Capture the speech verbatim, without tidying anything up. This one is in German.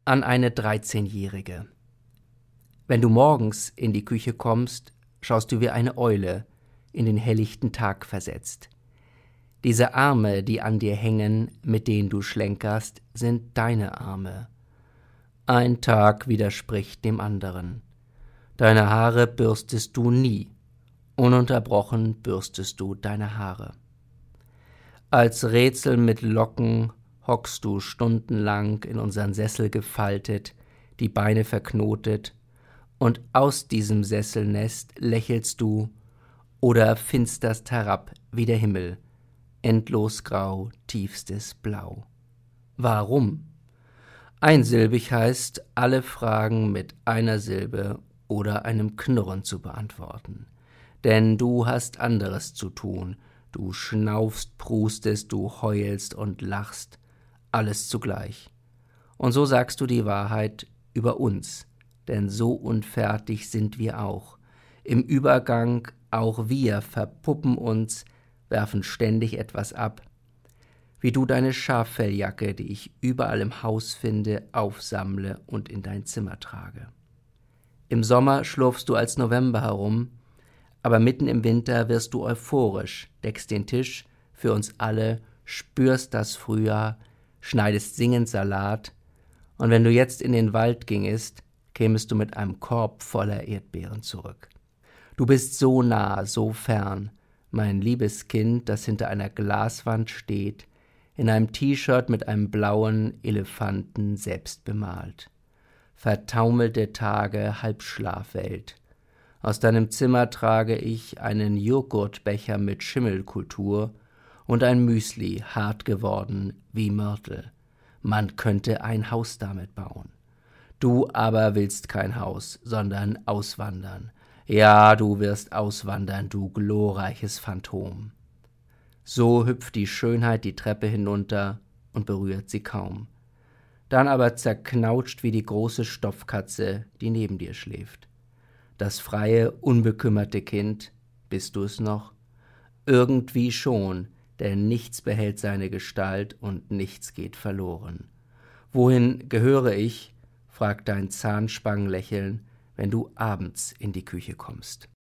An eine dreizehnjährige. Wenn du morgens in die Küche kommst, schaust du wie eine Eule in den hellichten Tag versetzt. Diese Arme, die an dir hängen, mit denen du schlenkerst, sind deine Arme. Ein Tag widerspricht dem anderen. Deine Haare bürstest du nie, ununterbrochen bürstest du deine Haare. Als Rätsel mit Locken hockst du stundenlang in unseren Sessel gefaltet, die Beine verknotet, und aus diesem Sesselnest lächelst du oder finsterst herab wie der Himmel, endlos grau, tiefstes Blau. Warum? Einsilbig heißt, alle Fragen mit einer Silbe oder einem Knurren zu beantworten. Denn du hast anderes zu tun, du schnaufst, prustest, du heulst und lachst, alles zugleich. Und so sagst du die Wahrheit über uns, denn so unfertig sind wir auch. Im Übergang auch wir verpuppen uns, werfen ständig etwas ab, wie du deine Schaffelljacke, die ich überall im Haus finde, aufsammle und in dein Zimmer trage. Im Sommer schlurfst du als November herum, aber mitten im Winter wirst du euphorisch, deckst den Tisch für uns alle, spürst das Frühjahr, schneidest singend Salat, und wenn du jetzt in den Wald gingest, kämest du mit einem Korb voller Erdbeeren zurück. Du bist so nah, so fern, mein liebes Kind, das hinter einer Glaswand steht, in einem T-Shirt mit einem blauen Elefanten selbst bemalt. Vertaumelte Tage, Halbschlafwelt. Aus deinem Zimmer trage ich einen Joghurtbecher mit Schimmelkultur und ein Müsli, hart geworden wie Mörtel. Man könnte ein Haus damit bauen. Du aber willst kein Haus, sondern auswandern. Ja, du wirst auswandern, du glorreiches Phantom. So hüpft die Schönheit die Treppe hinunter und berührt sie kaum. Dann aber zerknautscht wie die große Stoffkatze, die neben dir schläft. Das freie, unbekümmerte Kind, bist du es noch? Irgendwie schon, denn nichts behält seine Gestalt und nichts geht verloren. Wohin gehöre ich, fragt dein Zahnspangenlächeln, wenn du abends in die Küche kommst.